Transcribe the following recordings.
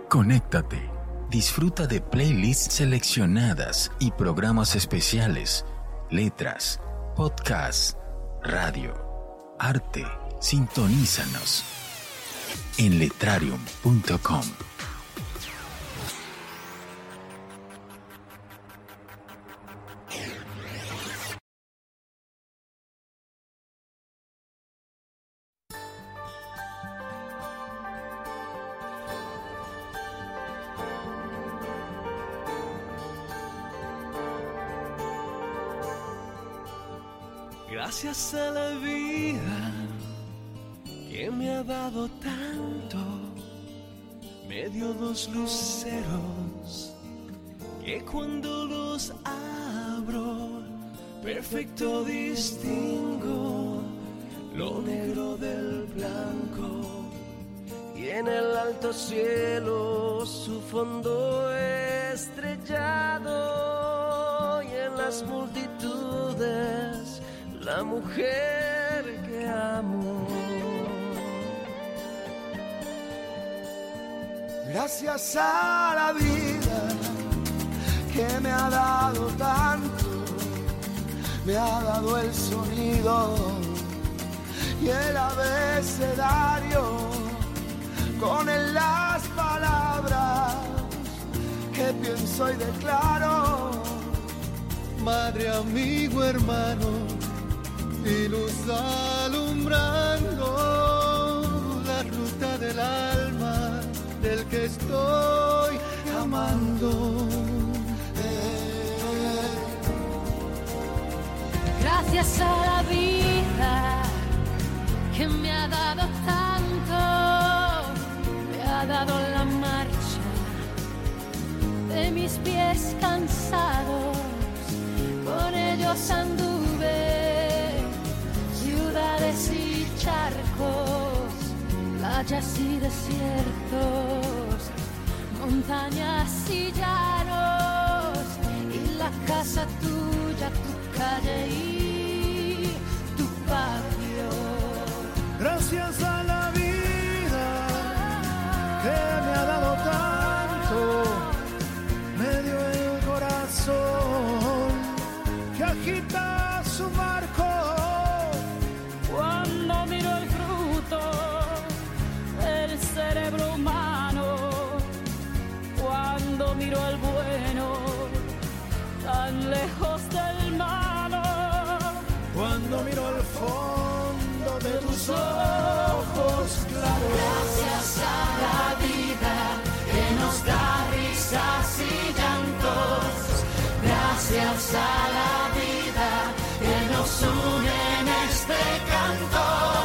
Conéctate. Disfruta de playlists seleccionadas y programas especiales, letras, podcasts, radio, arte. Sintonízanos en letrarium.com. Gracias a la vida que me ha dado tanto, me dio dos luceros que cuando los abro, perfecto distingo lo negro del blanco, y en el alto cielo su fondo estrellado, y en las multitudes la mujer que amo. Gracias a la vida que me ha dado tanto, me ha dado el sonido y el abecedario, con él las palabras que pienso y declaro. Madre, amigo, hermano, y luz alumbrando la ruta del alma del que estoy amando. Gracias a la vida que me ha dado tanto, me ha dado la marcha de mis pies cansados, con ellos anduve ciudades y charcos, playas y desiertos, montañas y llanos, y la casa tuya, tu calle y tu patio. Gracias a la vida que me ha dado tanto, me dio el corazón que agita su barco. Cuando miro el fruto del cerebro humano, cuando miro al bueno tan lejos del malo, Cuando miro al fondo de tus ojos claros. Gracias a la vida que nos da risas y llantos, gracias a la vida que nos une en este canto.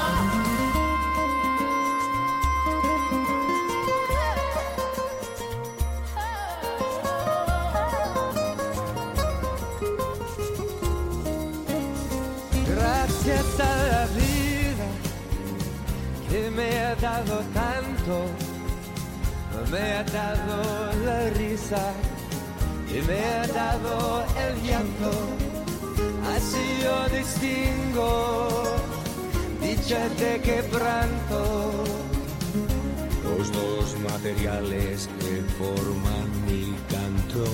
Gracias a la vida que me ha dado tanto, me ha dado la risa y me ha dado el llanto. Así yo distingo dicha de quebranto. Los dos materiales que forman mi canto,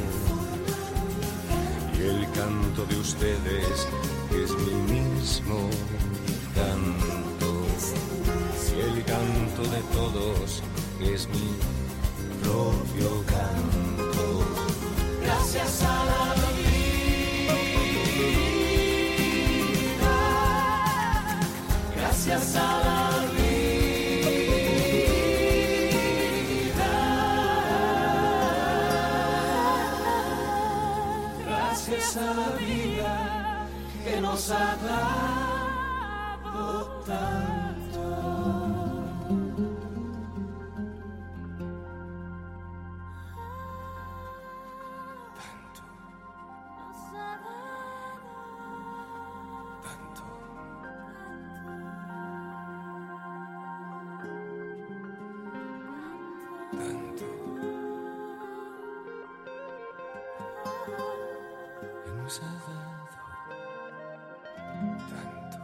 y el canto de ustedes es mi mismo canto, y el canto de todos es mi propio canto. Gracias a la vida, gracias a la vida, gracias a la vida que nos ha dado tanto. Nos ha dado tanto.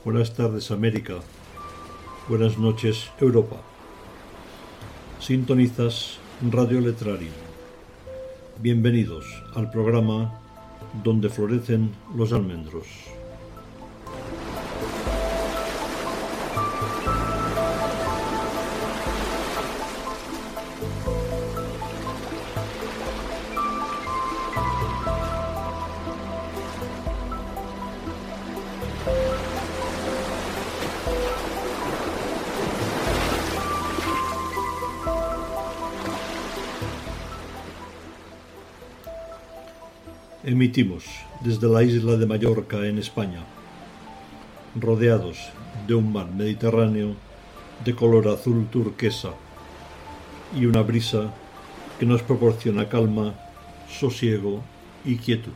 Buenas tardes, América. Buenas noches, Europa. Sintonizas Radio Letrari. Bienvenidos al programa donde florecen los almendros. Emitimos desde la isla de Mallorca, en España, rodeados de un mar Mediterráneo de color azul turquesa y una brisa que nos proporciona calma, sosiego y quietud.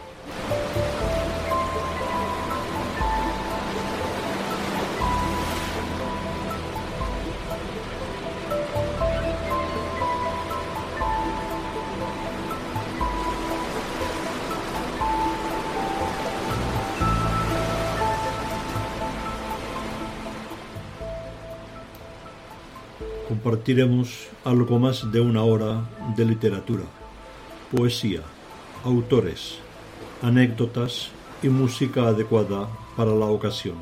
Compartiremos algo más de una hora de literatura, poesía, autores, anécdotas y música adecuada para la ocasión.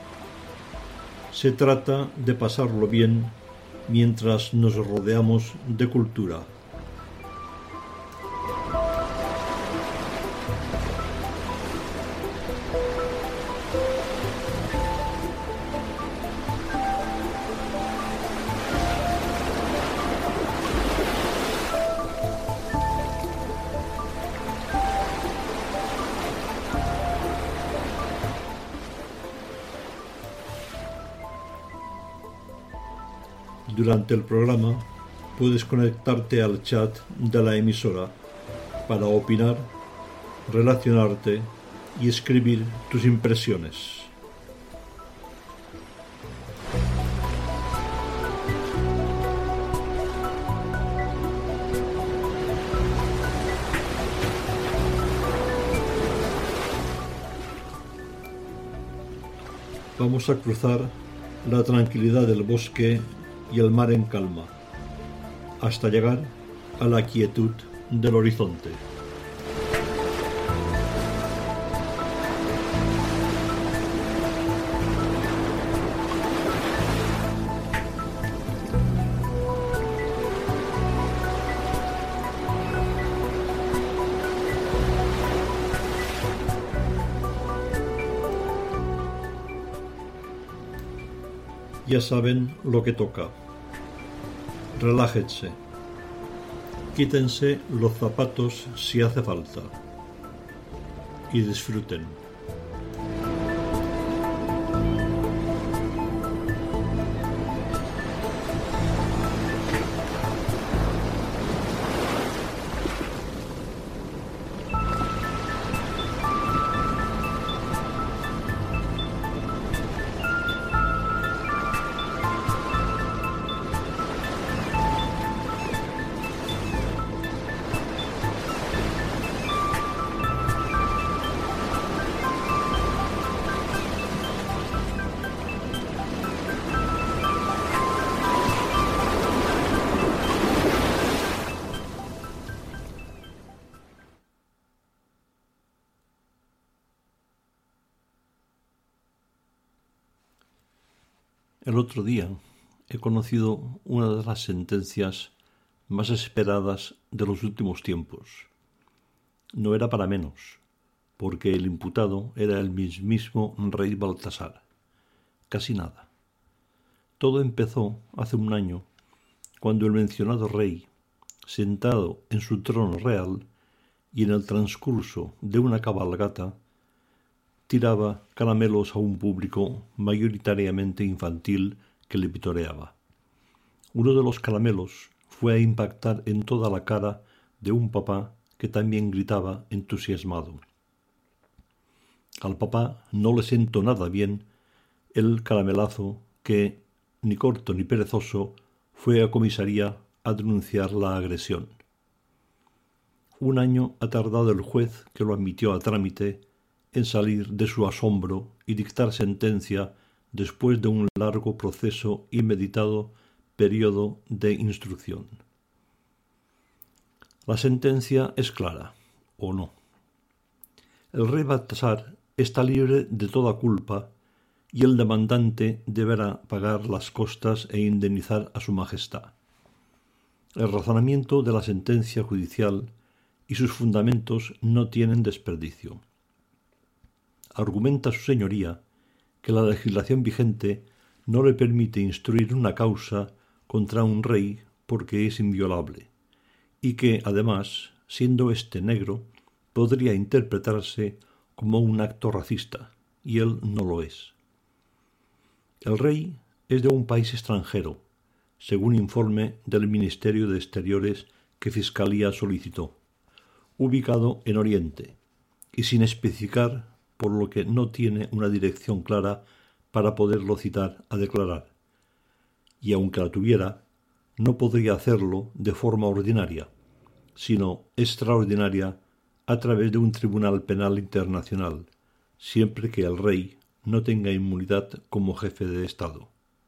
Se trata de pasarlo bien mientras nos rodeamos de cultura. Durante el programa puedes conectarte al chat de la emisora para opinar, relacionarte y escribir tus impresiones. Vamos a cruzar la tranquilidad del bosque y el mar en calma, hasta llegar a la quietud del horizonte. Ya saben lo que toca. Relájense. Quítense los zapatos si hace falta. Y disfruten. El otro día he conocido una de las sentencias más esperadas de los últimos tiempos. No era para menos, porque el imputado era el mismísimo rey Baltasar. Casi nada. Todo empezó hace un año, cuando el mencionado rey, sentado en su trono real y en el transcurso de una cabalgata, tiraba caramelos a un público mayoritariamente infantil que le vitoreaba. Uno de los caramelos fue a impactar en toda la cara de un papá que también gritaba entusiasmado. Al papá no le sentó nada bien el caramelazo que, ni corto ni perezoso, fue a comisaría a denunciar la agresión. 1 año ha tardado el juez que lo admitió a trámite en salir de su asombro y dictar sentencia después de un largo proceso y meditado periodo de instrucción. La sentencia es clara, ¿o no? El rey Baltasar está libre de toda culpa y el demandante deberá pagar las costas e indemnizar a su majestad. El razonamiento de la sentencia judicial y sus fundamentos no tienen desperdicio. Argumenta su señoría que la legislación vigente no le permite instruir una causa contra un rey porque es inviolable, y que, además, siendo éste negro, podría interpretarse como un acto racista, y él no lo es. El rey es de un país extranjero, según informe del Ministerio de Exteriores que Fiscalía solicitó, ubicado en Oriente, y sin especificar, por lo que no tiene una dirección clara para poderlo citar a declarar, y aunque la tuviera, no podría hacerlo de forma ordinaria, sino extraordinaria a través de un tribunal penal internacional, siempre que el rey no tenga inmunidad como jefe de Estado.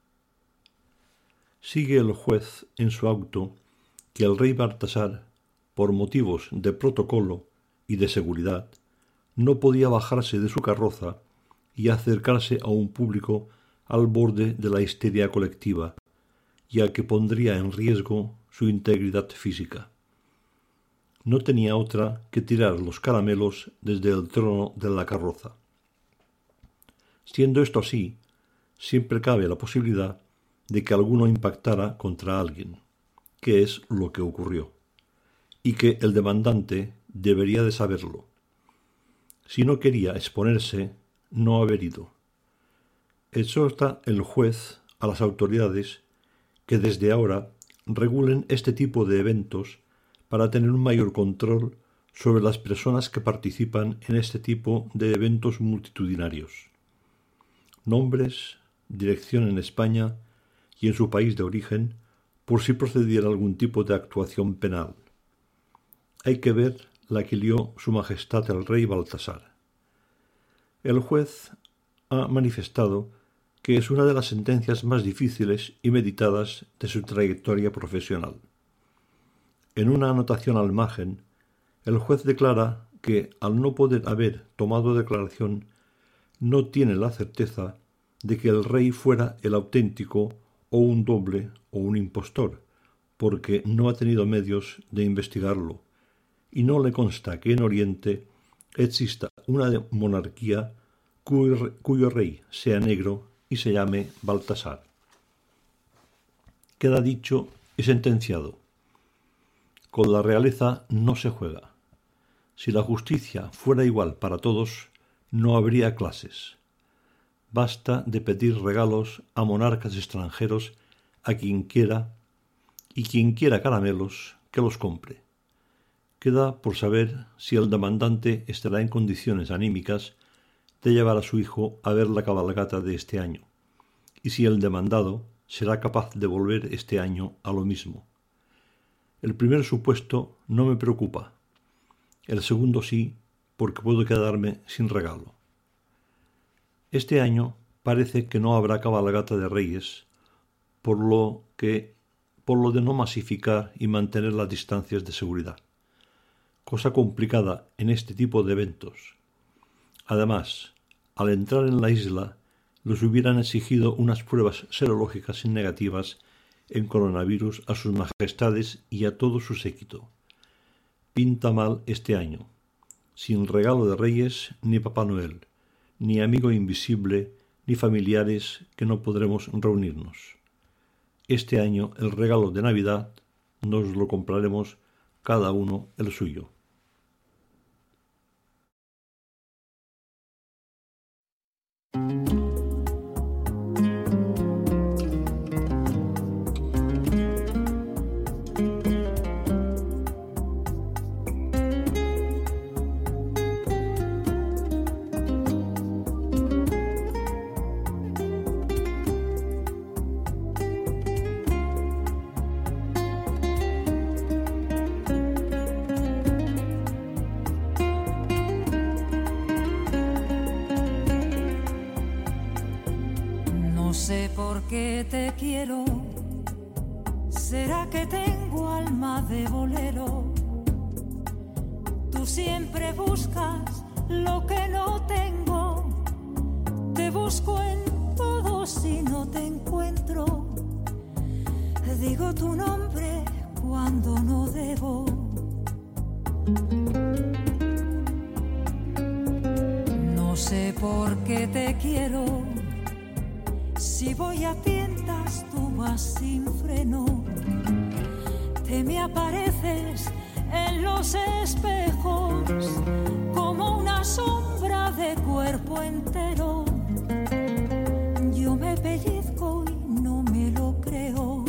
Sigue el juez en su auto que el rey Baltasar, por motivos de protocolo y de seguridad, no podía bajarse de su carroza y acercarse a un público al borde de la histeria colectiva, ya que pondría en riesgo su integridad física. No tenía otra que tirar los caramelos desde el trono de la carroza. Siendo esto así, siempre cabe la posibilidad de que alguno impactara contra alguien, que es lo que ocurrió, y que el demandante debería de saberlo. Si no quería exponerse, no haber ido. Exhorta el juez a las autoridades que desde ahora regulen este tipo de eventos para tener un mayor control sobre las personas que participan en este tipo de eventos multitudinarios. Nombres, dirección en España y en su país de origen, por si procediera algún tipo de actuación penal. Hay que ver la que lió su majestad el rey Baltasar. El juez ha manifestado que es una de las sentencias más difíciles y meditadas de su trayectoria profesional. En una anotación al margen, el juez declara que, al no poder haber tomado declaración, no tiene la certeza de que el rey fuera el auténtico o un doble o un impostor, porque no ha tenido medios de investigarlo, y no le consta que en Oriente exista una monarquía cuyo rey sea negro y se llame Baltasar. Queda dicho y sentenciado. Con la realeza no se juega. Si la justicia fuera igual para todos, no habría clases. Basta de pedir regalos a monarcas extranjeros a quien quiera, y quien quiera caramelos, que los compre. Queda por saber si el demandante estará en condiciones anímicas de llevar a su hijo a ver la cabalgata de este año, y si el demandado será capaz de volver este año a lo mismo. El primer supuesto no me preocupa, el segundo sí, porque puedo quedarme sin regalo. Este año parece que no habrá cabalgata de Reyes, por lo de no masificar y mantener las distancias de seguridad, cosa complicada en este tipo de eventos. Además, al entrar en la isla, les hubieran exigido unas pruebas serológicas negativas en coronavirus a sus majestades y a todo su séquito. Pinta mal este año, sin regalo de Reyes ni Papá Noel, ni amigo invisible, ni familiares que no podremos reunirnos. Este año el regalo de Navidad nos lo compraremos cada uno el suyo. porque te quiero. ¿Será que tengo alma de bolero? Tú siempre buscas lo que no tengo. Te busco en todo si no te encuentro. Digo tu nombre cuando no debo. No sé por qué te quiero. Si voy a tiendas tú vas sin freno. Te me apareces en los espejos como una sombra de cuerpo entero. Yo me pellizco y no me lo creo.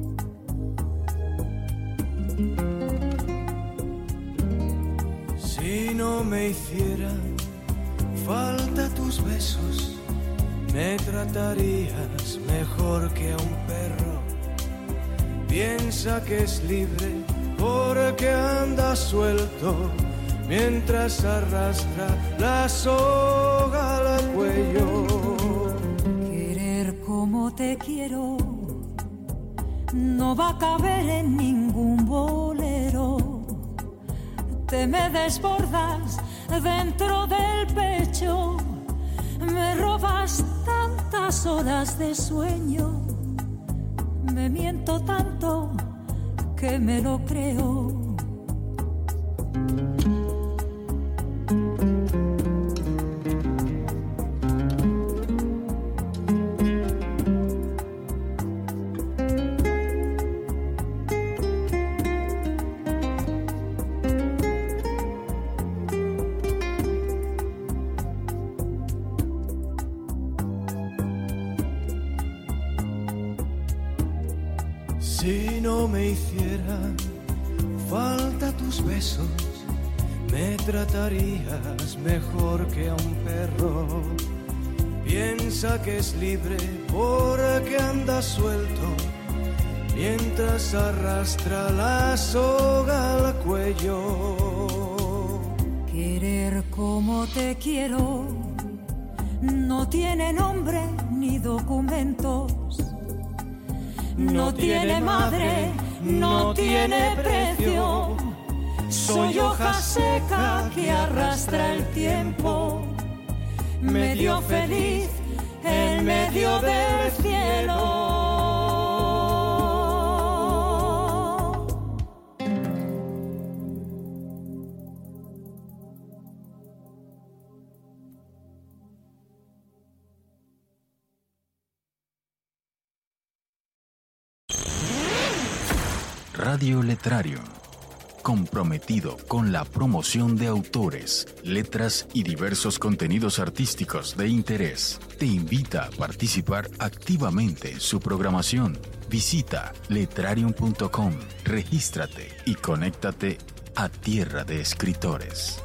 Si no me hicieran falta tus besos, me tratarías mejor que a un perro. Piensa que es libre porque anda suelto mientras arrastra la soga al cuello. Querer como te quiero no va a caber en ningún bolero. Te me desbordas dentro del pecho, me robas tantas horas de sueño, me miento tanto que me lo creo. Si no me hicieran falta tus besos, me tratarías mejor que a un perro. Piensa que es libre porque anda suelto mientras arrastra la soga al cuello. Querer como te quiero no tiene nombre ni documentos. No tiene madre, no tiene precio. Soy hoja seca que arrastra el tiempo, medio feliz en medio del cielo. Radio Letrario, comprometido con la promoción de autores, letras y diversos contenidos artísticos de interés. Te invita a participar activamente en su programación. Visita letrarium.com, regístrate y conéctate a Tierra de Escritores.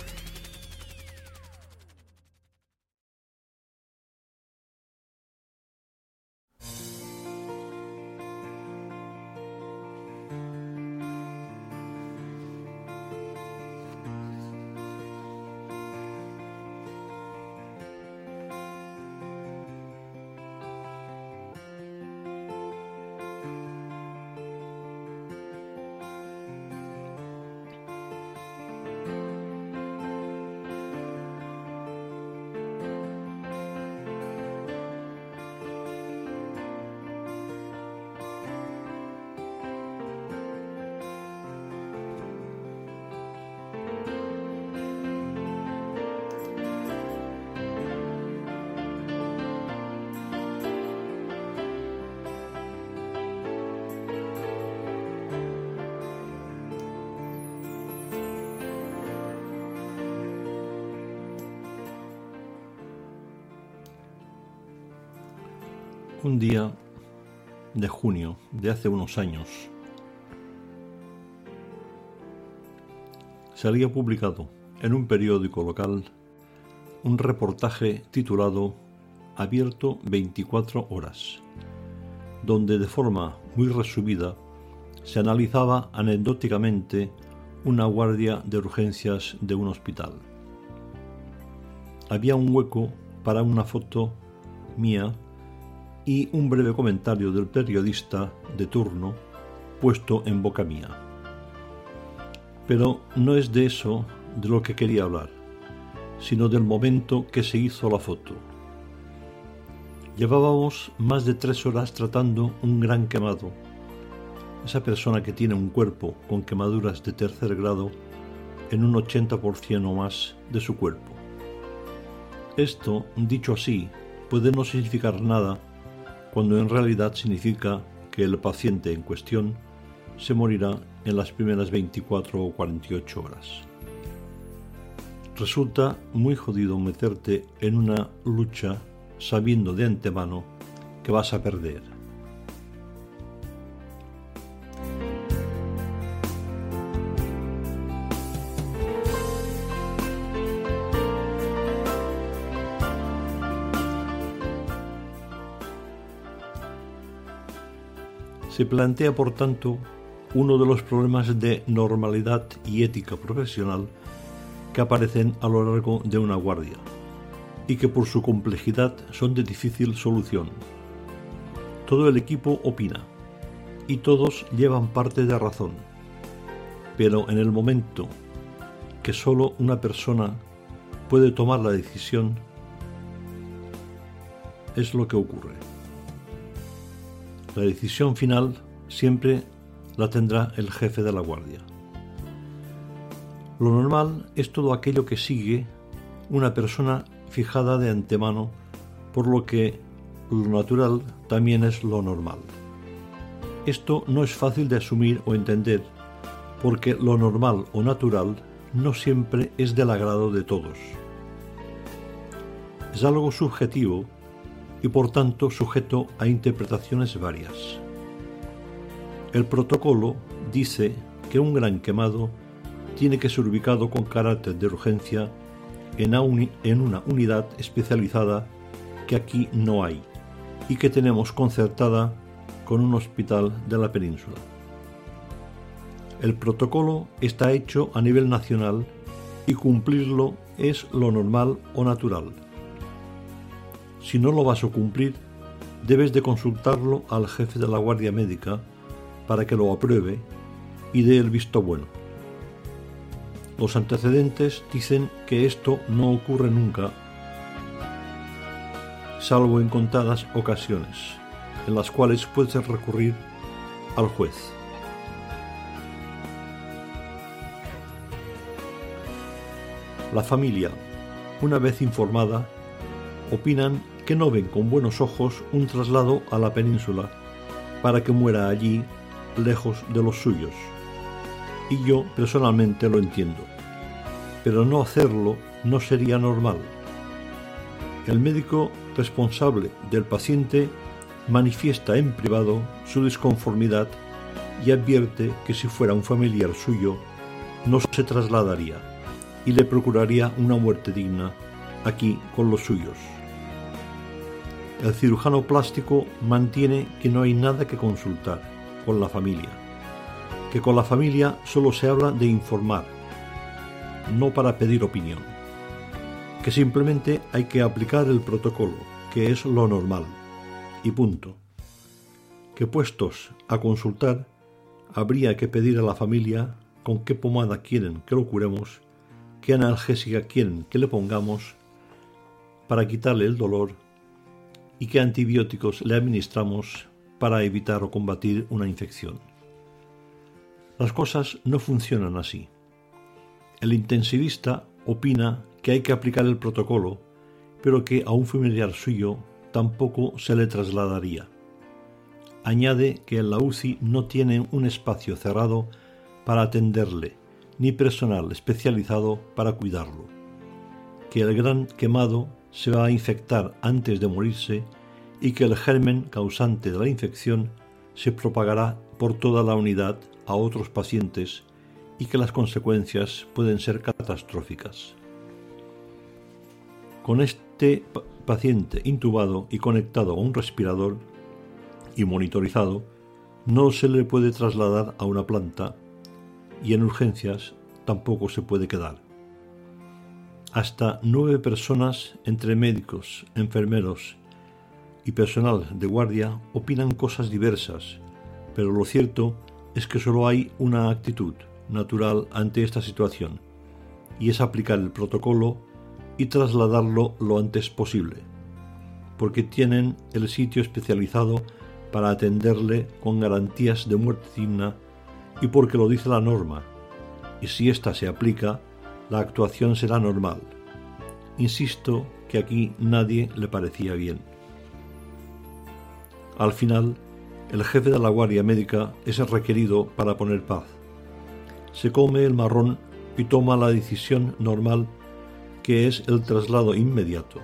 Un día de junio de hace unos años se había publicado en un periódico local un reportaje titulado Abierto 24 horas, donde de forma muy resumida se analizaba anecdóticamente una guardia de urgencias de un hospital. Había un hueco para una foto mía y un breve comentario del periodista de turno puesto en boca mía. Pero no es de eso de lo que quería hablar, sino del momento que se hizo la foto. Llevábamos más de 3 horas tratando un gran quemado, esa persona que tiene un cuerpo con quemaduras de 3er grado en un 80% o más de su cuerpo. Esto, dicho así, puede no significar nada cuando en realidad significa que el paciente en cuestión se morirá en las primeras 24 o 48 horas. Resulta muy jodido meterte en una lucha sabiendo de antemano que vas a perder. Se plantea, por tanto, uno de los problemas de normalidad y ética profesional que aparecen a lo largo de una guardia y que por su complejidad son de difícil solución. Todo el equipo opina y todos llevan parte de razón, pero en el momento que solo una persona puede tomar la decisión, es lo que ocurre. La decisión final siempre la tendrá el jefe de la guardia. Lo normal es todo aquello que sigue una persona fijada de antemano, por lo que lo natural también es lo normal. Esto no es fácil de asumir o entender, porque lo normal o natural no siempre es del agrado de todos. Es algo subjetivo y por tanto sujeto a interpretaciones varias. El protocolo dice que un gran quemado tiene que ser ubicado con carácter de urgencia en una unidad especializada que aquí no hay y que tenemos concertada con un hospital de la península. El protocolo está hecho a nivel nacional y cumplirlo es lo normal o natural. Si no lo vas a cumplir, debes de consultarlo al jefe de la guardia médica para que lo apruebe y dé el visto bueno. Los antecedentes dicen que esto no ocurre nunca, salvo en contadas ocasiones, en las cuales puedes recurrir al juez. La familia, una vez informada, opinan que no ven con buenos ojos un traslado a la península para que muera allí, lejos de los suyos. Y yo personalmente lo entiendo, pero no hacerlo no sería normal. El médico responsable del paciente manifiesta en privado su disconformidad y advierte que si fuera un familiar suyo no se trasladaría y le procuraría una muerte digna aquí con los suyos. El cirujano plástico mantiene que no hay nada que consultar con la familia, que con la familia solo se habla de informar, no para pedir opinión, que simplemente hay que aplicar el protocolo, que es lo normal, y punto. Que puestos a consultar, habría que pedir a la familia con qué pomada quieren que lo curemos, qué analgésica quieren que le pongamos para quitarle el dolor y qué antibióticos le administramos para evitar o combatir una infección. Las cosas no funcionan así. El intensivista opina que hay que aplicar el protocolo, pero que a un familiar suyo tampoco se le trasladaría. Añade que en la UCI no tienen un espacio cerrado para atenderle, ni personal especializado para cuidarlo, que el gran quemado se va a infectar antes de morirse y que el germen causante de la infección se propagará por toda la unidad a otros pacientes y que las consecuencias pueden ser catastróficas. Con este paciente intubado y conectado a un respirador y monitorizado, no se le puede trasladar a una planta y en urgencias tampoco se puede quedar. Hasta 9 personas entre médicos, enfermeros, y personal de guardia opinan cosas diversas, pero lo cierto es que solo hay una actitud natural ante esta situación, y es aplicar el protocolo y trasladarlo lo antes posible, porque tienen el sitio especializado para atenderle con garantías de muerte digna y porque lo dice la norma, y si ésta se aplica, la actuación será normal. Insisto que aquí nadie le parecía bien. Al final, el jefe de la guardia médica es requerido para poner paz. Se come el marrón y toma la decisión normal, que es el traslado inmediato.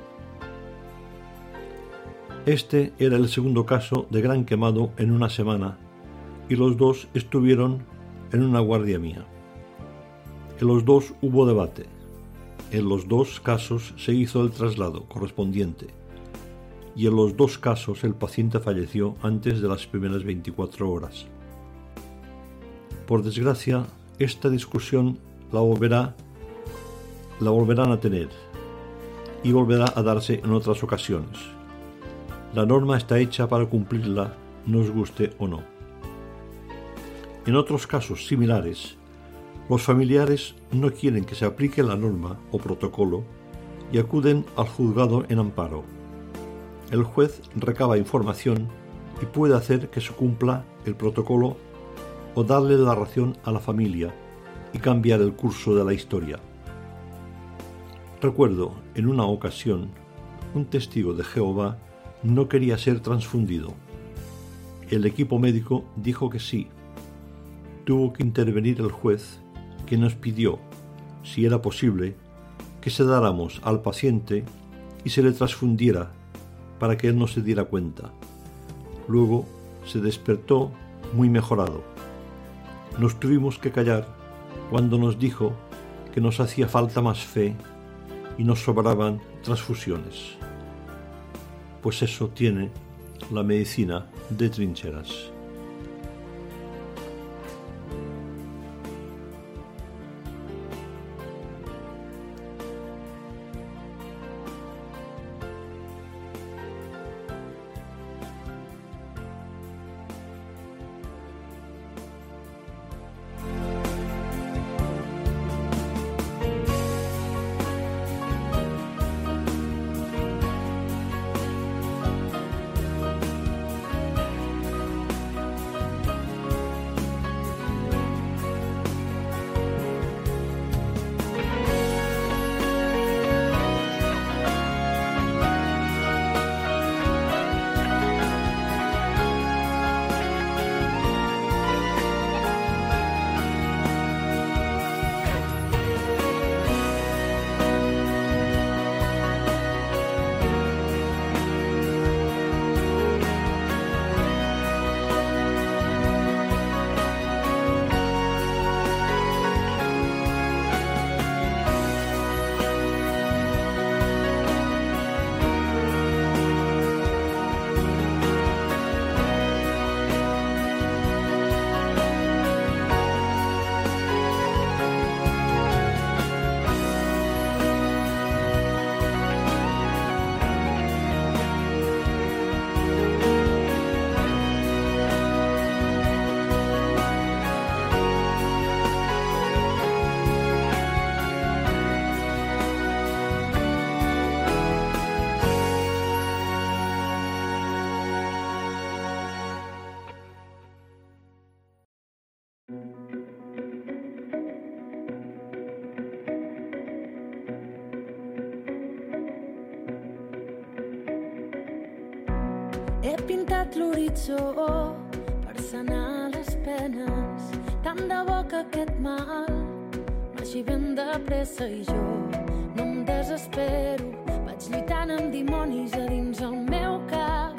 Este era el segundo caso de gran quemado en una semana, y los dos estuvieron en una guardia mía. En los dos hubo debate. En los dos casos se hizo el traslado correspondiente, y en los dos casos el paciente falleció antes de las primeras 24 horas. Por desgracia, esta discusión la volverán a tener y volverá a darse en otras ocasiones. La norma está hecha para cumplirla, nos guste o no. En otros casos similares, los familiares no quieren que se aplique la norma o protocolo y acuden al juzgado en amparo. El juez recaba información y puede hacer que se cumpla el protocolo o darle la razón a la familia y cambiar el curso de la historia. Recuerdo, en una ocasión, un testigo de Jehová no quería ser transfundido. El equipo médico dijo que sí. Tuvo que intervenir el juez, que nos pidió, si era posible, que sedáramos al paciente y se le transfundiera para que él no se diera cuenta. Luego se despertó muy mejorado. Nos tuvimos que callar cuando nos dijo que nos hacía falta más fe y nos sobraban transfusiones. Pues eso tiene la medicina de trincheras. He pintat l'horitzó per sanar les penes. Tant de bo que aquest mal marxi ben de pressa i jo no em desespero. Vaig lluitant amb dimonis a dins el meu cap.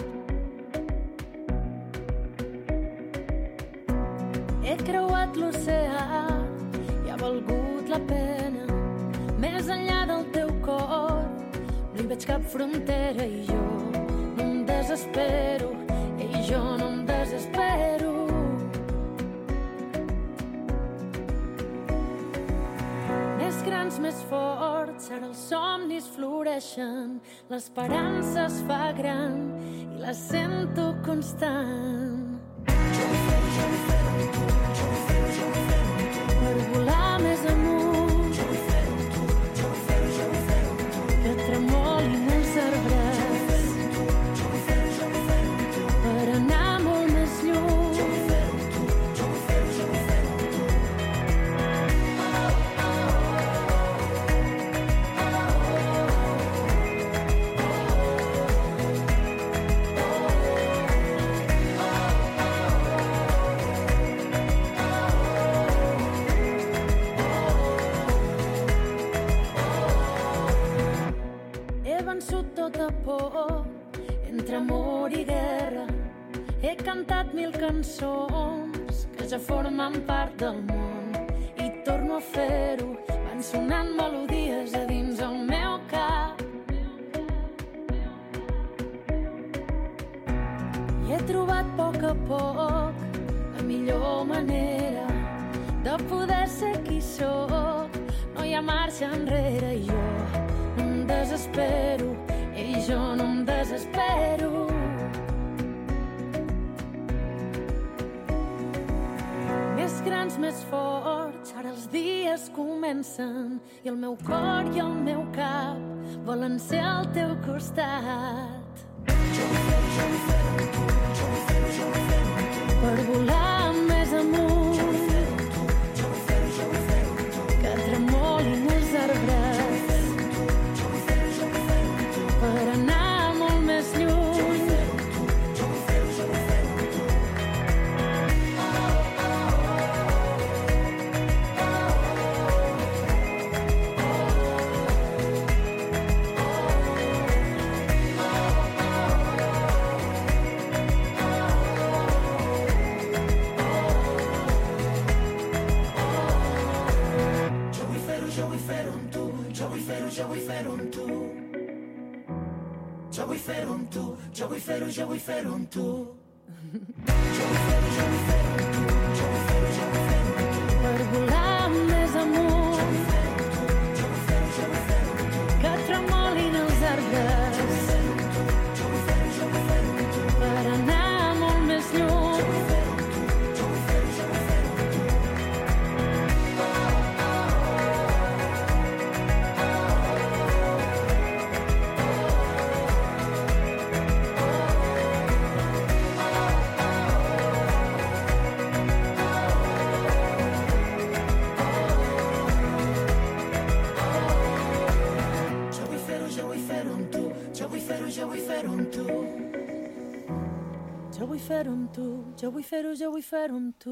He creuat l'oceà i ha valgut la pena. Més enllà del teu cor no hi veig cap frontera i jo no em desespero, i jo no em desespero. Més grans, més forts, ara els somnis floreixen, l'esperança es fa gran i la sento constant. Per volar més amunt, que tremolin els arbres, per anar molt més lluny. Tota por, entre amor i guerra, he cantat 1000 cançons que ja formen part del món i torno a fer-ho, van sonant melodies a dins el meu cap. I he trobat a poc la millor manera de poder ser qui sóc. No hi ha marxa enrere i jo no em desespero. I jo no em desespero. Més grans, més forts, ara els dies comencen i el meu cor i el meu cap volen ser al teu costat. Per volar més amunt, que tremolin els arbres, per anar molt més lluny. Jo vull fer-ho amb tu, jo vull fer-ho amb tu. Jo vull fer-ho amb tu, jo vull fer-ho amb tu. Per volar més amunt, que tremolin els arbres, per anar molt més lluny. Jo vull fer-ho amb tu.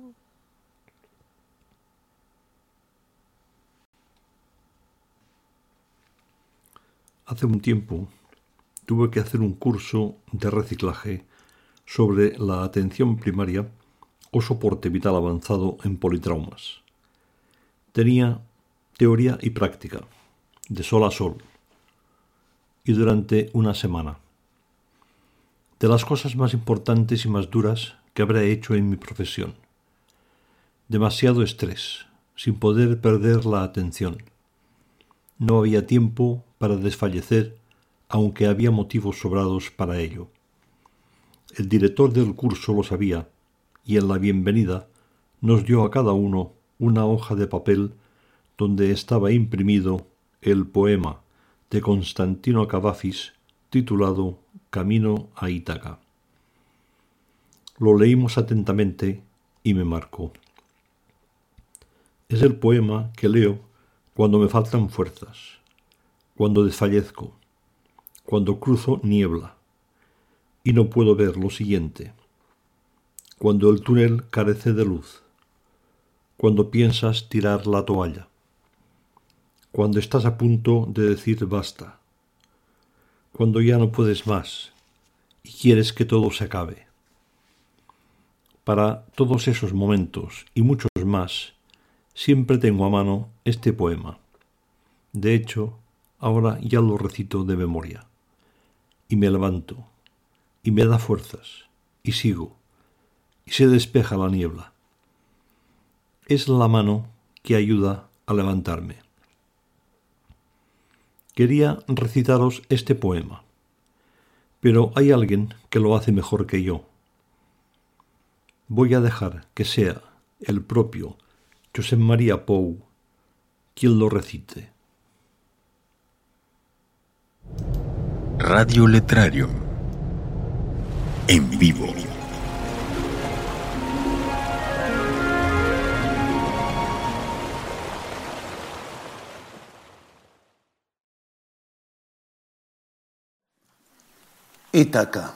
Hace un tiempo tuve que hacer un curso de reciclaje sobre la atención primaria o soporte vital avanzado en politraumas. Tenía teoría y práctica, de sol a sol, y durante una semana. De las cosas más importantes y más duras que habré hecho en mi profesión. Demasiado estrés, sin poder perder la atención. No había tiempo para desfallecer, aunque había motivos sobrados para ello. El director del curso lo sabía, y en la bienvenida nos dio a cada uno una hoja de papel donde estaba imprimido el poema de Constantino Cavafis titulado Camino a Ítaca. Lo leímos atentamente y me marcó. Es el poema que leo cuando me faltan fuerzas, cuando desfallezco, cuando cruzo niebla y no puedo ver lo siguiente, cuando el túnel carece de luz, cuando piensas tirar la toalla, cuando estás a punto de decir basta, cuando ya no puedes más y quieres que todo se acabe. Para todos esos momentos y muchos más, siempre tengo a mano este poema. De hecho, ahora ya lo recito de memoria. Y me levanto, y me da fuerzas, y sigo, y se despeja la niebla. Es la mano que ayuda a levantarme. Quería recitaros este poema, pero hay alguien que lo hace mejor que yo. Voy a dejar que sea el propio Josep Maria Pou quien lo recite. Radio Letrario en vivo. Ítaca.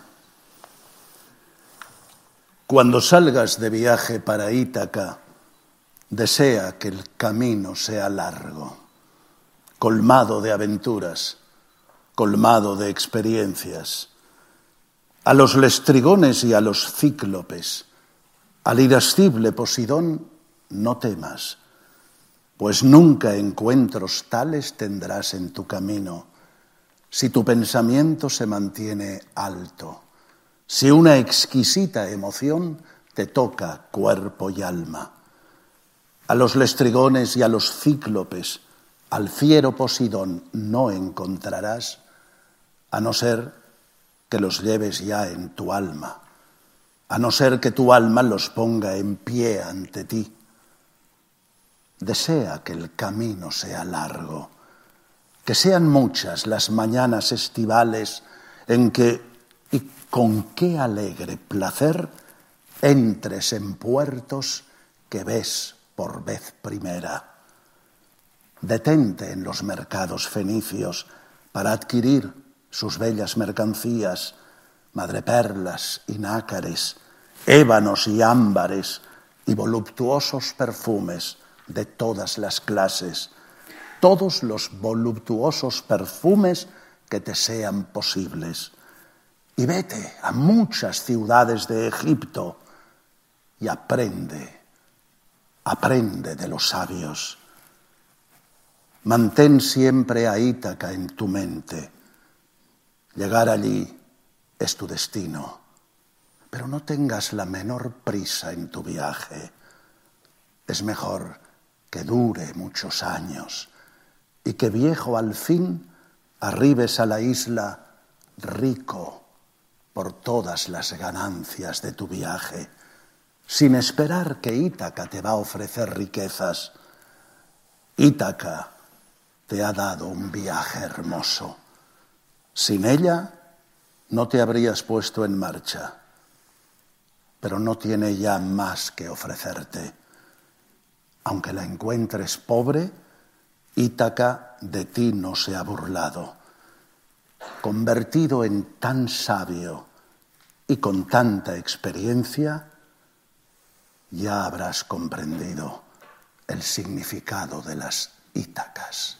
Cuando salgas de viaje para Ítaca, desea que el camino sea largo, colmado de aventuras, colmado de experiencias. A los lestrigones y a los cíclopes, al irascible Posidón, no temas, pues nunca encuentros tales tendrás en tu camino, si tu pensamiento se mantiene alto, si una exquisita emoción te toca cuerpo y alma. A los lestrigones y a los cíclopes, al fiero Posidón no encontrarás, a no ser que los lleves ya en tu alma, a no ser que tu alma los ponga en pie ante ti. Desea que el camino sea largo, que sean muchas las mañanas estivales en que, y con qué alegre placer, entres en puertos que ves por vez primera. Detente en los mercados fenicios para adquirir sus bellas mercancías, madreperlas y nácares, ébanos y ámbares y voluptuosos perfumes de todas las clases, todos los voluptuosos perfumes que te sean posibles. Y vete a muchas ciudades de Egipto y aprende de los sabios. Mantén siempre a Ítaca en tu mente. Llegar allí es tu destino, pero no tengas la menor prisa en tu viaje. Es mejor que dure muchos años y que viejo al fin arribes a la isla rico por todas las ganancias de tu viaje, sin esperar que Ítaca te va a ofrecer riquezas. Ítaca te ha dado un viaje hermoso. Sin ella no te habrías puesto en marcha, pero no tiene ya más que ofrecerte. Aunque la encuentres pobre, Ítaca de ti no se ha burlado. Convertido en tan sabio y con tanta experiencia, ya habrás comprendido el significado de las Ítacas.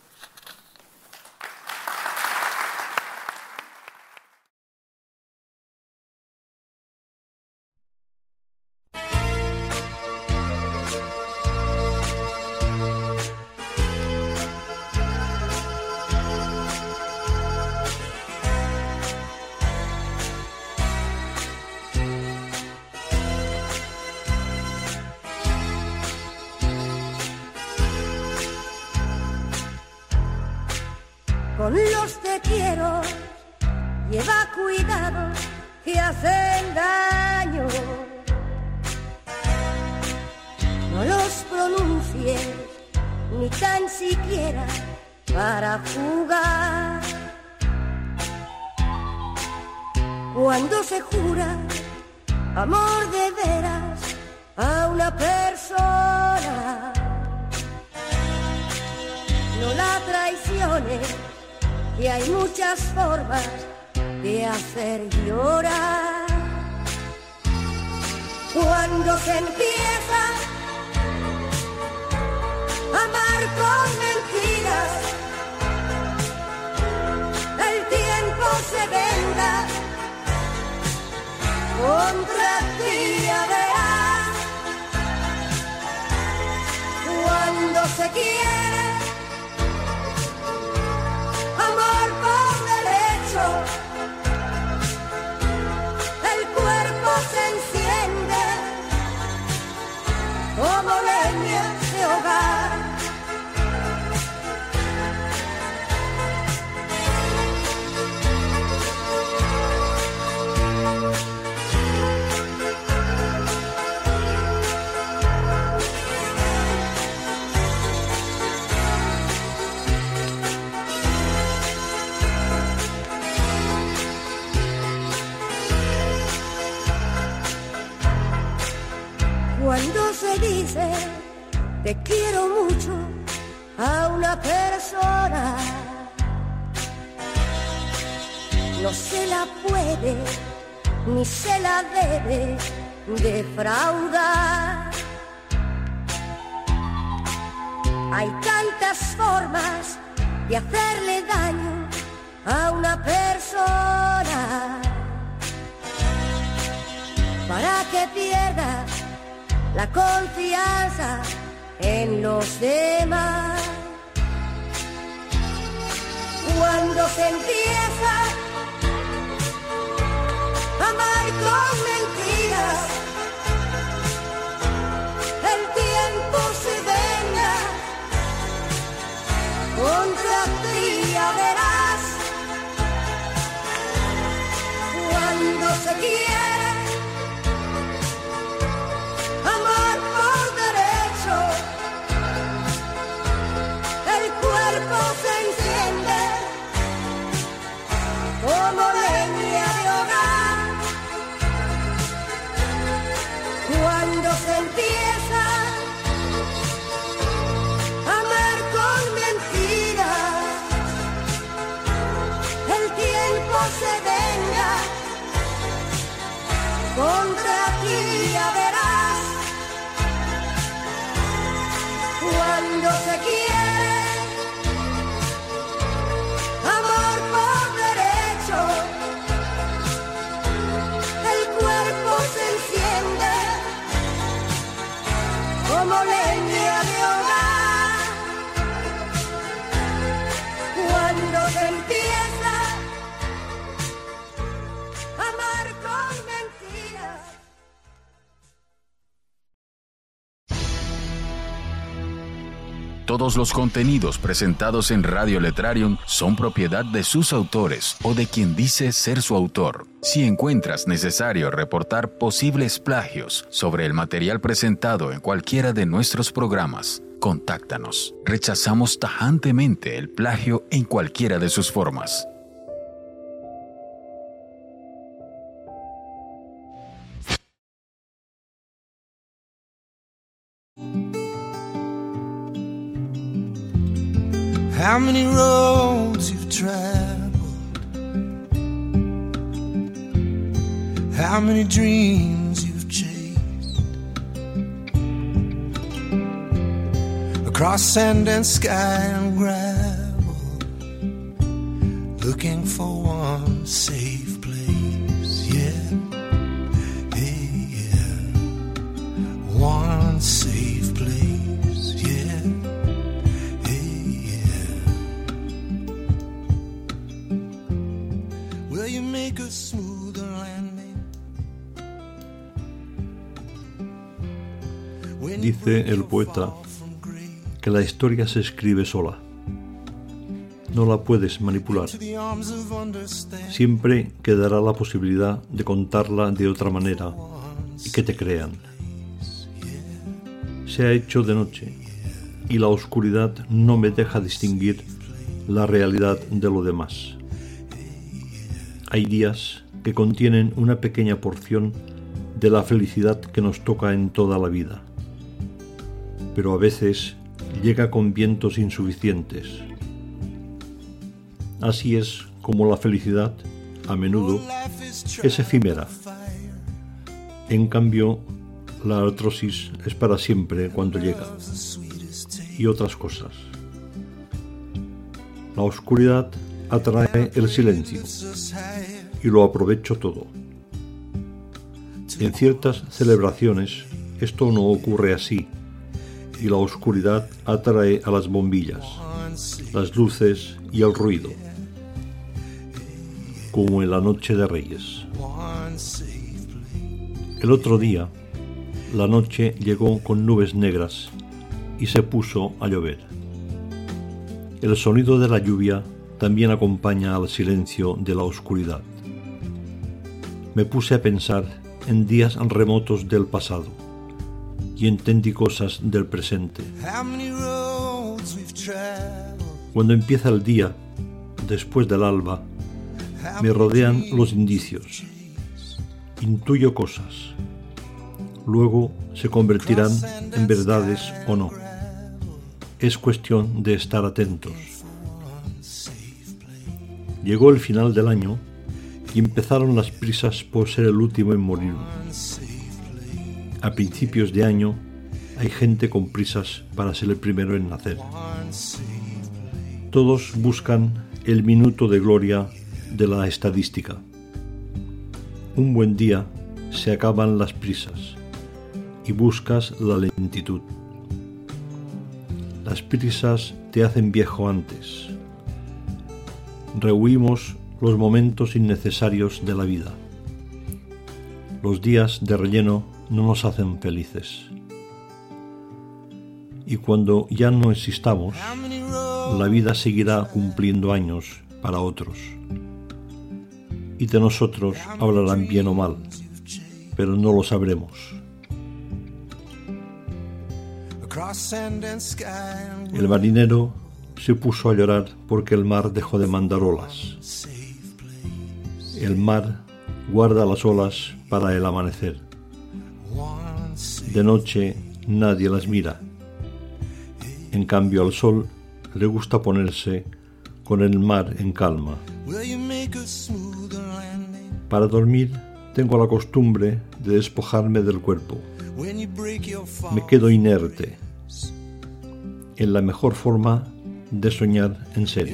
Con los te quiero, lleva cuidado que hacen daño. No los pronuncies ni tan siquiera para jugar. Cuando se jura amor de veras a una persona, no la traiciones, que hay muchas formas de hacer llorar. Cuando se empieza a amar con mentiras, el tiempo se venga contra ti, ya verás. Cuando se quiere amor por derecho, el cuerpo se enciende como leña de hogar. te quiero mucho a una persona. No se la puede ni se la debe defraudar. Hay tantas formas de hacerle daño a una persona para que pierda la confianza en los demás. Cuando se empieza a amar con mentiras, el tiempo se venga contra ti, ya verás. Cuando se quiere amar por derecho, el cuerpo se enciende como leña de hogar. Cuando se empieza a amar con mentiras, el tiempo se venga contra ti, ya verás. Cuando se quiere amor por derecho, el cuerpo se enciende como leña de hogar. Cuando se empieza a amar con mentiras. Todos los contenidos presentados en Radio Letrarium son propiedad de sus autores o de quien dice ser su autor. Si encuentras necesario reportar posibles plagios sobre el material presentado en cualquiera de nuestros programas, contáctanos. Rechazamos tajantemente el plagio en cualquiera de sus formas. How many roads you've traveled, how many dreams you've chased, across sand and sky and gravel, looking for one safe place, yeah, hey, yeah, one safe place, yeah. Dice el poeta que la historia se escribe sola. No la puedes manipular. Siempre quedará la posibilidad de contarla de otra manera y que te crean. Se ha hecho de noche y la oscuridad no me deja distinguir la realidad de lo demás. Hay días que contienen una pequeña porción de la felicidad que nos toca en toda la vida, pero a veces llega con vientos insuficientes. Así es como la felicidad, a menudo, es efímera. En cambio, la artrosis es para siempre cuando llega, y otras cosas. La oscuridad atrae el silencio, y lo aprovecho todo. En ciertas celebraciones esto no ocurre así, y la oscuridad atrae a las bombillas, las luces y el ruido, como en la noche de Reyes. El otro día, la noche llegó con nubes negras y se puso a llover. El sonido de la lluvia también acompaña al silencio de la oscuridad. Me puse a pensar en días remotos del pasado y entendí cosas del presente. Cuando empieza el día, después del alba, me rodean los indicios. Intuyo cosas. Luego se convertirán en verdades o no. es cuestión de estar atentos. Llegó el final del año y empezaron las prisas por ser el último en morir. A principios de año hay gente con prisas para ser el primero en nacer. Todos buscan el minuto de gloria de la estadística. Un buen día se acaban las prisas y buscas la lentitud. Las prisas te hacen viejo antes. Rehuimos los momentos innecesarios de la vida. Los días de relleno no nos hacen felices. Y cuando ya no existamos, la vida seguirá cumpliendo años para otros. Y de nosotros hablarán bien o mal, pero no lo sabremos. El marinero se puso a llorar porque el mar dejó de mandar olas. El mar guarda las olas para el amanecer. De noche nadie las mira. En cambio al sol le gusta ponerse con el mar en calma. Para dormir tengo la costumbre de despojarme del cuerpo. Me quedo inerte, en la mejor forma de soñar en serio.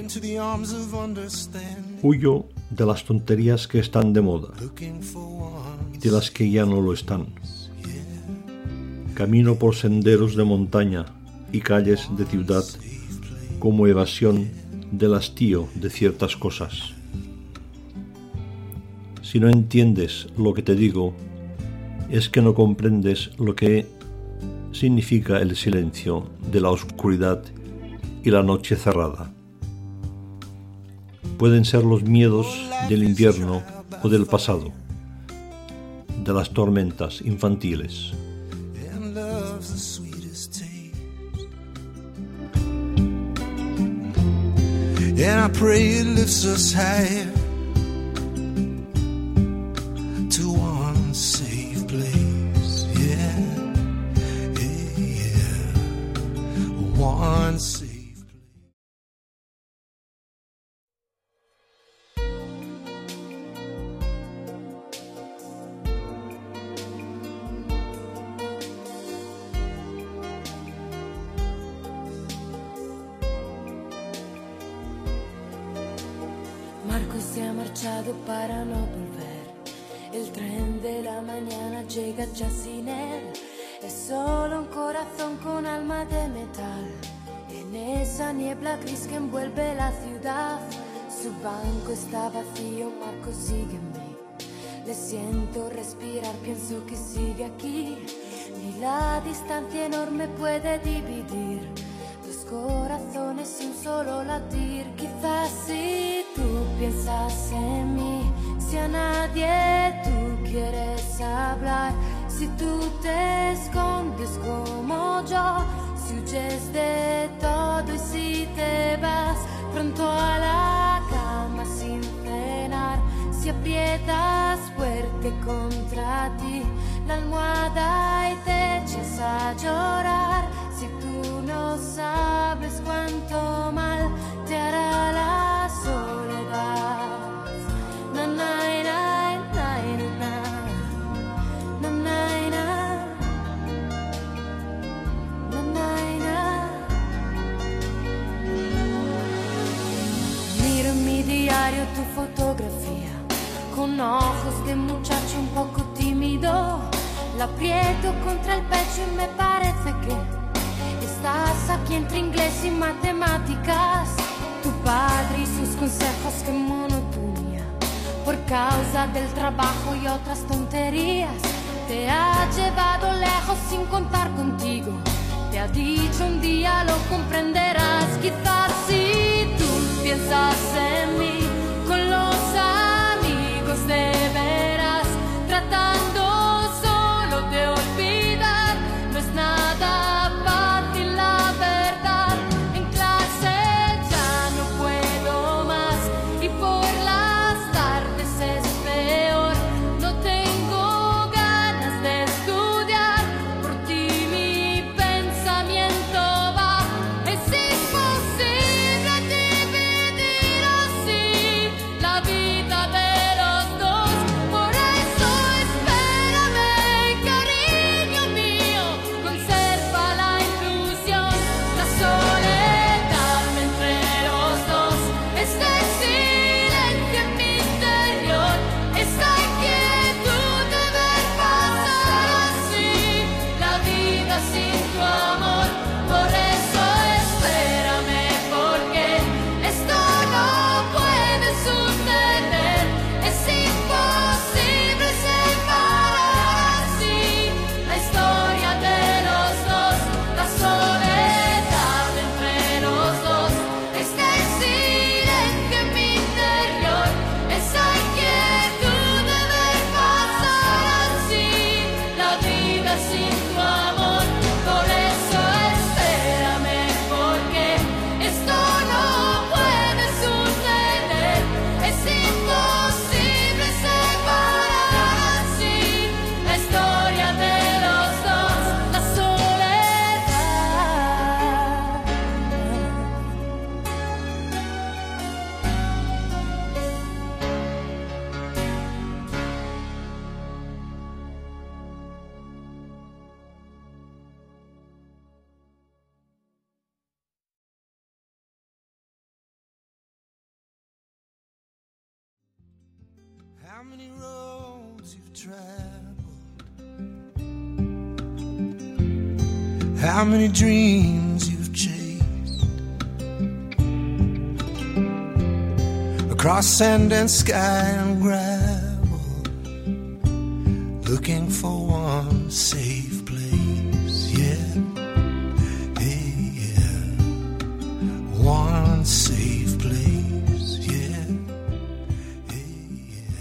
Huyo de las tonterías que están de moda y de las que ya no lo están. Camino por senderos de montaña y calles de ciudad como evasión del hastío de ciertas cosas. Si no entiendes lo que te digo, es que no comprendes lo que significa el silencio de la oscuridad y la noche cerrada. Pueden ser los miedos del invierno o del pasado, de las tormentas infantiles. And I pray it lifts us higher to one safe place. Yeah, yeah, yeah. One safe place. Marco se ha marchado para no volver. El tren de la mañana llega ya sin él. Es solo un corazón con alma de metal. En esa niebla gris que envuelve la ciudad, su banco está vacío, Marco sígueme. Le siento respirar, pienso que sigue aquí. Ni la distancia enorme puede dividir dos corazones y un solo latir. Quizás si tú piensas en mí, si a nadie tú quieres hablar, si tú te escondes como yo, si huyes de todo y si te vas pronto a la cama sin cenar, si aprietas fuerte contra ti la almohada y te echas a llorar, si tú no sabes cuánto mal te hará la soledad. Na, na, na, na, na, na, na, na, na, na. Miro en mi diario tu fotografía, con ojos de muchacho un poco tímido. La aprieto contra el pecho y me parece que estás aquí entre inglés y matemáticas. Tu padre y sus consejos, qué monotonía. Por causa del trabajo y otras tonterías, te ha llevado lejos sin contar contigo. Te ha dicho un día lo comprenderás. Quizás si tú piensas en mí, con los amigos de veras, tratando solo de olvidar, no es nada fácil la verdad. En clase ya no puedo más y por las tardes es peor. No tengo ganas de estudiar, por ti mi pensamiento va. Es How many dreams you've chased across sand and sky and gravel, looking for one safe place, yeah, yeah, one safe place, yeah, yeah.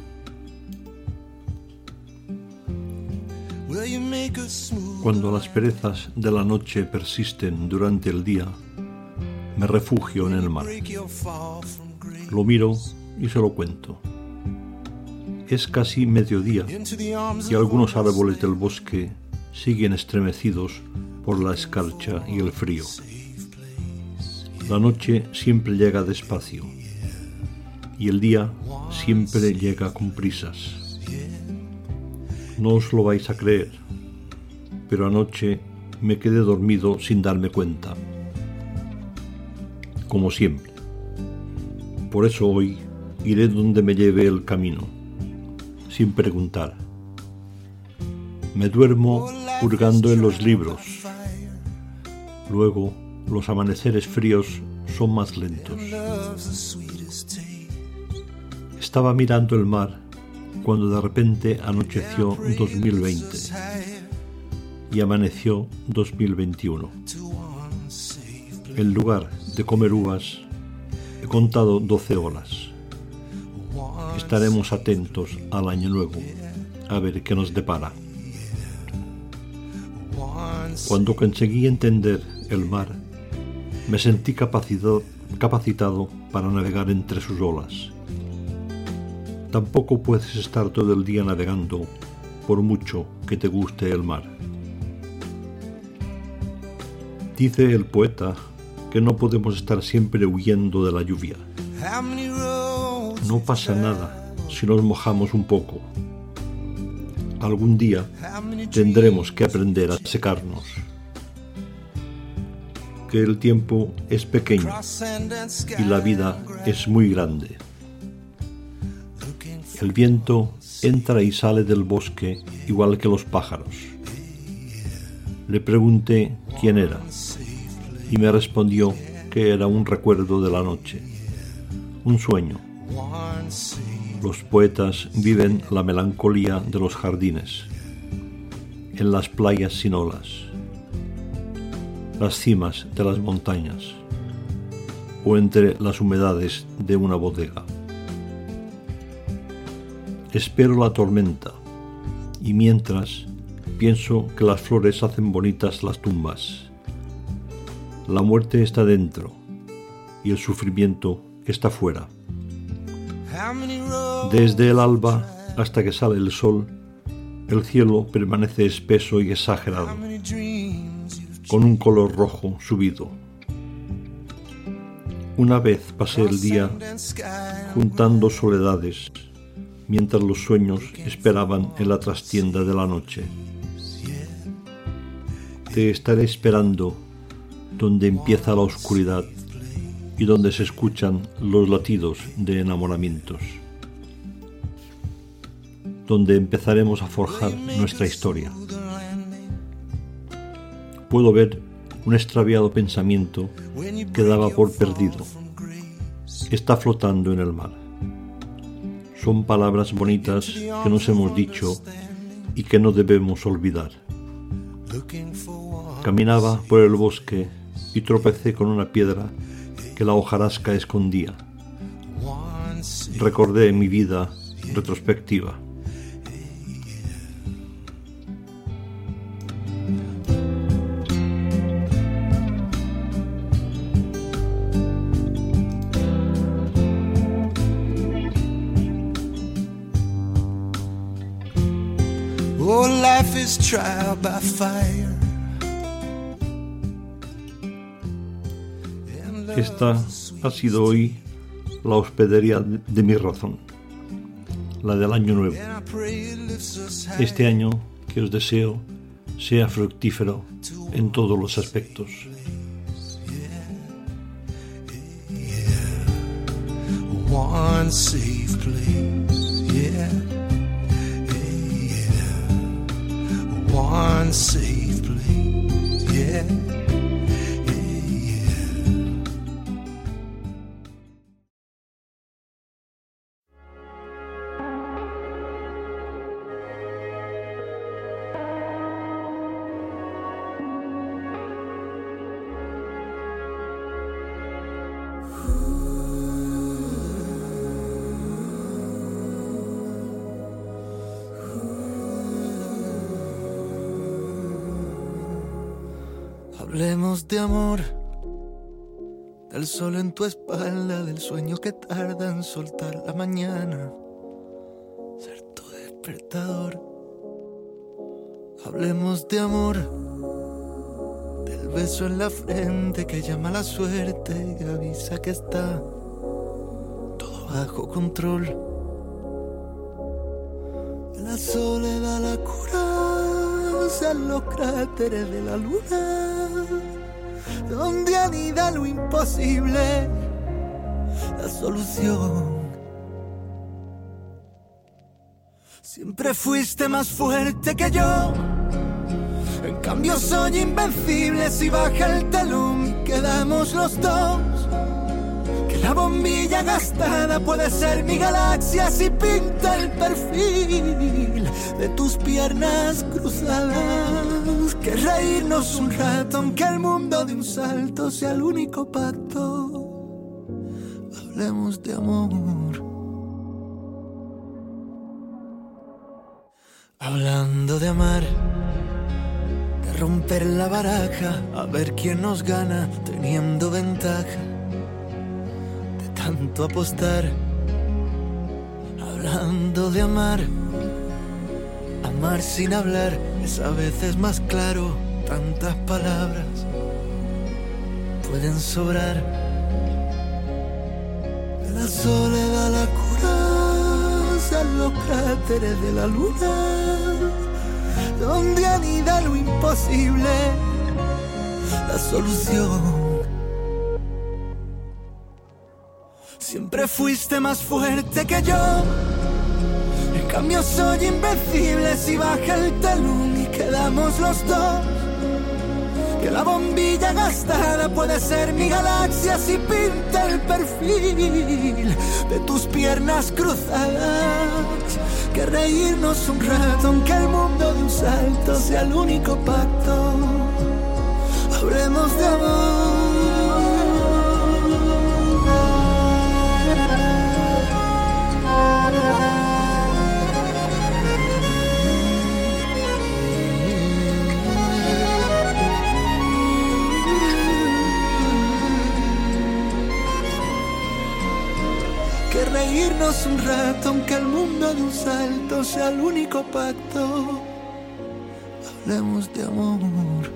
Will you make a smooth? Cuando las perezas de la noche persisten durante el día, me refugio en el mar. Lo miro y se lo cuento. Es casi mediodía y algunos árboles del bosque siguen estremecidos por la escarcha y el frío. La noche siempre llega despacio y el día siempre llega con prisas. No os lo vais a creer, pero anoche me quedé dormido sin darme cuenta, como siempre. Por eso hoy iré donde me lleve el camino, sin preguntar. Me duermo hurgando en los libros. Luego, los amaneceres fríos son más lentos. Estaba mirando el mar cuando de repente anocheció 2020 y amaneció 2021. En lugar de comer uvas, he contado 12 horas. Estaremos atentos al año nuevo, a ver qué nos depara. Cuando conseguí entender el mar, me sentí capacitado para navegar entre sus olas. Tampoco puedes estar todo el día navegando, por mucho que te guste el mar. Dice el poeta que no podemos estar siempre huyendo de la lluvia. No pasa nada si nos mojamos un poco. Algún día tendremos que aprender a secarnos. Que el tiempo es pequeño y la vida es muy grande. El viento entra y sale del bosque igual que los pájaros. Le pregunté quién era y me respondió que era un recuerdo de la noche, un sueño. Los poetas viven la melancolía de los jardines, en las playas sin olas, las cimas de las montañas o entre las humedades de una bodega. Espero la tormenta y mientras pienso que las flores hacen bonitas las tumbas. La muerte está dentro y el sufrimiento está fuera. Desde el alba hasta que sale el sol, el cielo permanece espeso y exagerado, con un color rojo subido. Una vez pasé el día juntando soledades, mientras los sueños esperaban en la trastienda de la noche. Te estaré esperando donde empieza la oscuridad y donde se escuchan los latidos de enamoramientos, donde empezaremos a forjar nuestra historia. Puedo ver un extraviado pensamiento que daba por perdido. Está flotando en el mar. Son palabras bonitas que nos hemos dicho y que no debemos olvidar. Caminaba por el bosque y tropecé con una piedra que la hojarasca escondía. Recordé mi vida retrospectiva. Oh, life is trial by fire. Esta ha sido hoy la hospedería de mi razón, la del año nuevo. Este año que os deseo sea fructífero en todos los aspectos. One safe place, yeah. one safe place. Yeah. Hablemos de amor, del sol en tu espalda, del sueño que tarda en soltar la mañana, ser tu despertador. Hablemos de amor, del beso en la frente que llama a la suerte y avisa que está todo bajo control. De la soledad la cura, sean los cráteres de la luna, donde anida lo imposible, la solución. Siempre fuiste más fuerte que yo, en cambio soy invencible si baja el telón y quedamos los dos. Que la bombilla gastada puede ser mi galaxia si pinta el perfil de tus piernas cruzadas. Que reírnos un rato aunque el mundo de un salto sea el único pacto. Hablemos de amor. Hablando de amar, de romper la baraja, a ver quién nos gana teniendo ventaja, de tanto apostar. Hablando de amar, amar sin hablar es a veces más claro, tantas palabras pueden sobrar. De la soledad la cura, sean los cráteres de la luna, donde anida lo imposible, la solución. Siempre fuiste más fuerte que yo, en cambio soy invencible si baja el telón y quedamos los dos. Que la bombilla gastada puede ser mi galaxia si pinta el perfil de tus piernas cruzadas. Que reírnos un rato aunque el mundo de un salto sea el único pacto. Hablemos de amor. Que reírnos un rato aunque el mundo de un salto sea el único pacto. Hablemos de amor.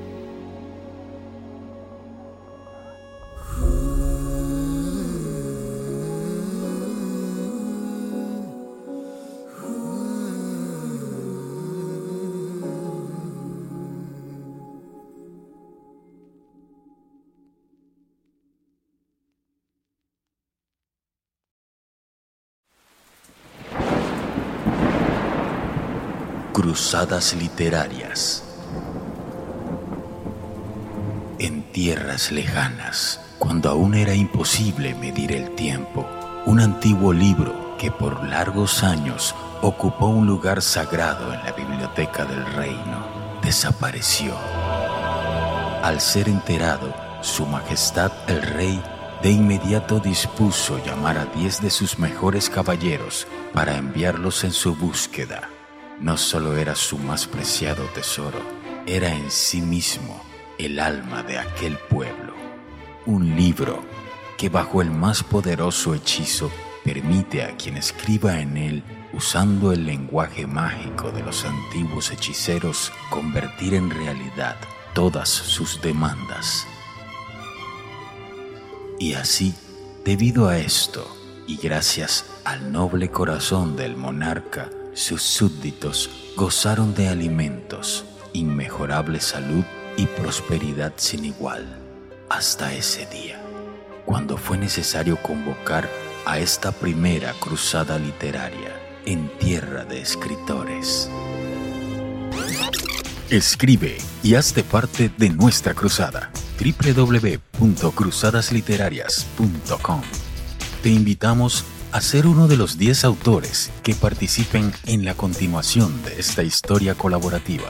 Cruzadas literarias. En tierras lejanas, cuando aún era imposible medir el tiempo, un antiguo libro que por largos años ocupó un lugar sagrado en la biblioteca del reino, desapareció. Al ser enterado, Su Majestad el Rey de inmediato dispuso llamar a 10 de sus mejores caballeros para enviarlos en su búsqueda. No solo era su más preciado tesoro, era en sí mismo el alma de aquel pueblo. Un libro que bajo el más poderoso hechizo permite a quien escriba en él, usando el lenguaje mágico de los antiguos hechiceros, convertir en realidad todas sus demandas. Y así, debido a esto, y gracias al noble corazón del monarca, sus súbditos gozaron de alimentos, inmejorable salud y prosperidad sin igual, hasta ese día, cuando fue necesario convocar a esta primera cruzada literaria en tierra de escritores. Escribe y hazte parte de nuestra cruzada. www.cruzadasliterarias.com. Te invitamos a ser uno de los 10 autores que participen en la continuación de esta historia colaborativa.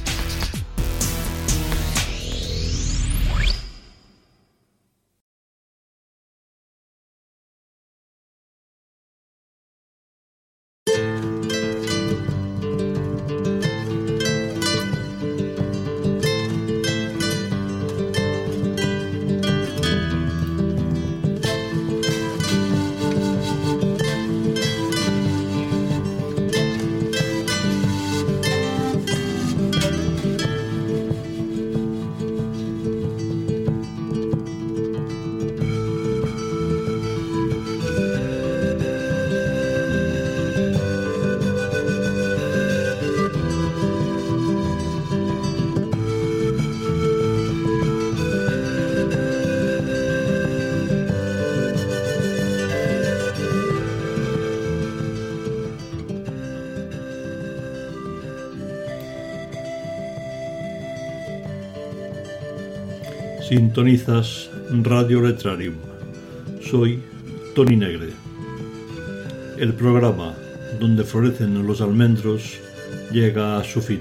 Sintonizas Radio Letrarium. Soy Toni Negre. El programa donde florecen los almendros llega a su fin.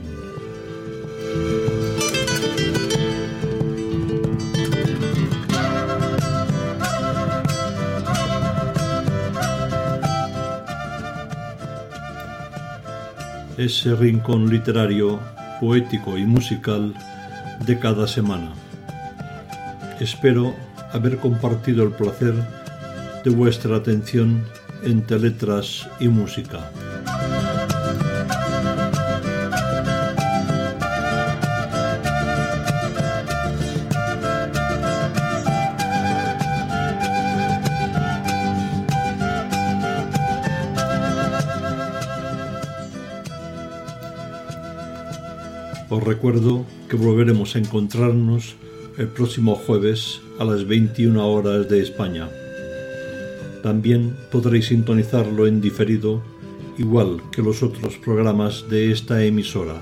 Ese rincón literario, poético y musical de cada semana. Espero haber compartido el placer de vuestra atención entre letras y música. Os recuerdo que volveremos a encontrarnos el próximo jueves a las 21 horas de España. También podréis sintonizarlo en diferido, igual que los otros programas de esta emisora.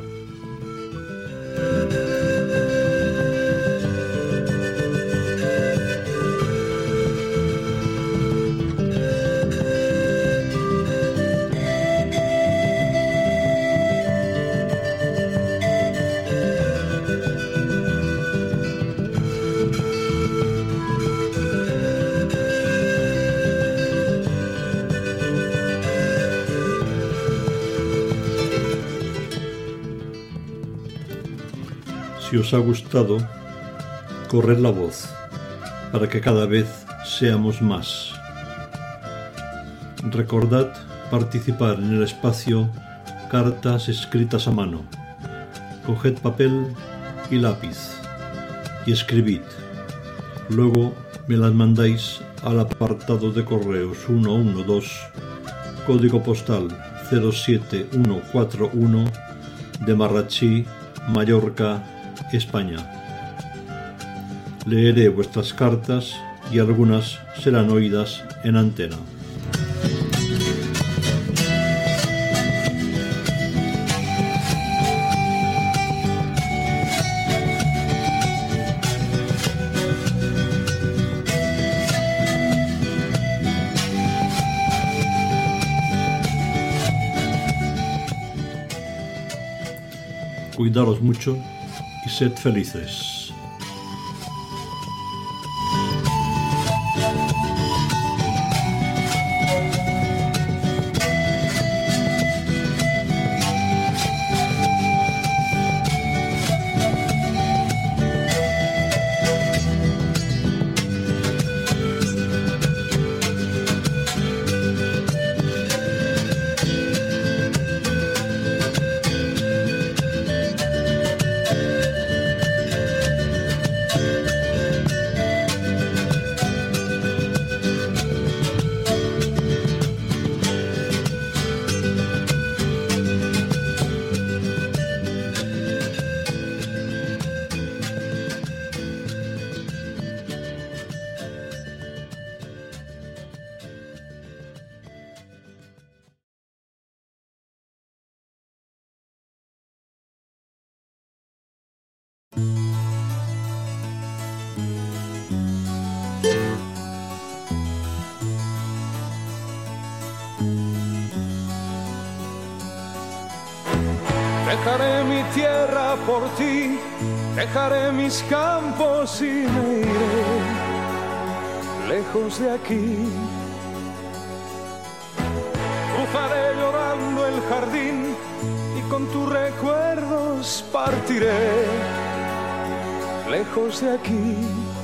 Si os ha gustado, corred la voz para que cada vez seamos más. Recordad participar en el espacio Cartas escritas a mano. Coged papel y lápiz y escribid. Luego me las mandáis al apartado de correos 112, código postal 07141 de Marratxí, Mallorca, España. Leeré vuestras cartas y algunas serán oídas en antena. Cuidaros mucho y sed felices. morirá por ti. Dejaré mis campos y me iré lejos de aquí. Cruzaré llorando el jardín y con tus recuerdos partiré lejos de aquí.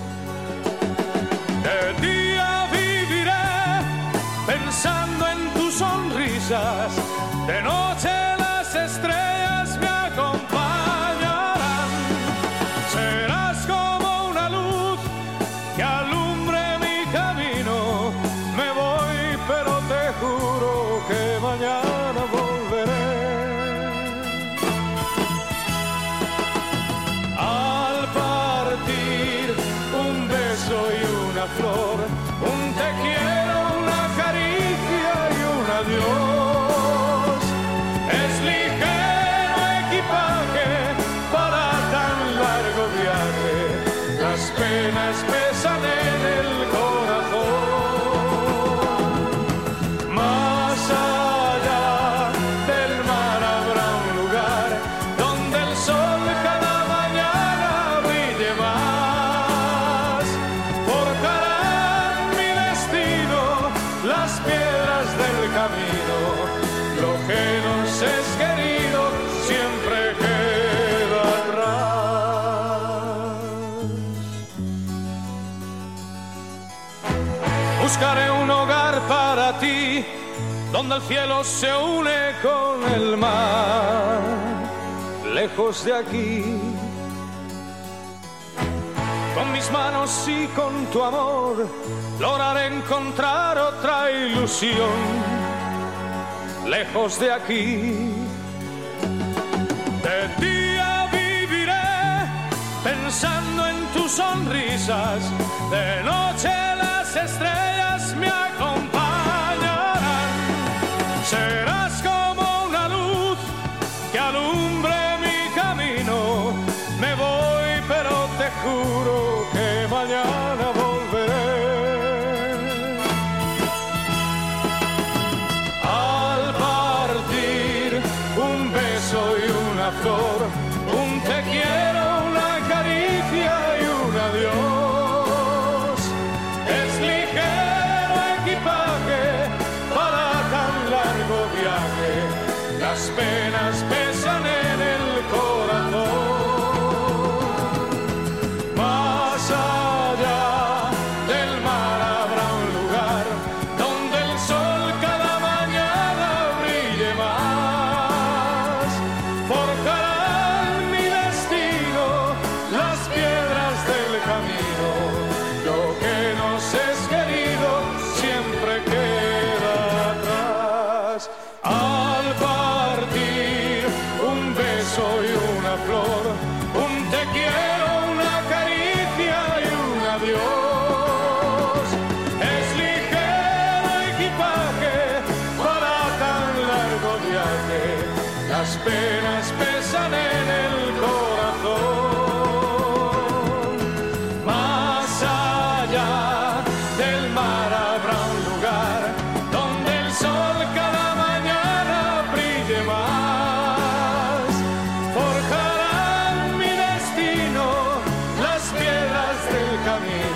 De día viviré pensando en tus sonrisas, de noche las estrellas me acompañarán. Serás como una luz que alumbre mi camino. Me voy, pero te juro que mañana volveré. Al partir, un beso y una flor, un te quiero, una caricia y un adiós. Es ligero equipaje para tan largo viaje, las penas pesan en el corazón. Más allá del mar habrá un lugar donde el sol cada mañana brille más. Forjarán mi destino las piedras del camino. Lo que nos es querido siempre queda atrás. Buscaré un hogar para ti, donde el cielo se une con el mar, lejos de aquí. Con mis manos y con tu amor lograré encontrar otra ilusión, lejos de aquí. De día viviré pensando en tus sonrisas, de noche las estrellas me acompañarán. Serás como una luz que alumbre mi camino. Me voy, pero te juro que mañana volveré. Al partir, un beso y una flor, un te quiero, una caricia y un adiós. Es ligero equipaje para tan largo viaje, las penas pesan en el corazón. Más allá del mar habrá un lugar donde el sol cada mañana brille más. Forjarán mi destino las piedras del camino. Lo que nos es querido siempre queda atrás. Al partir, un beso y una flor, un te quiero, una caricia y un adiós. Es ligero equipaje para tan largo viaje, las penas pesan en el corazón. Más allá del mar habrá un lugar donde el sol cada mañana brille más. Forjarán mi destino las piedras del camino.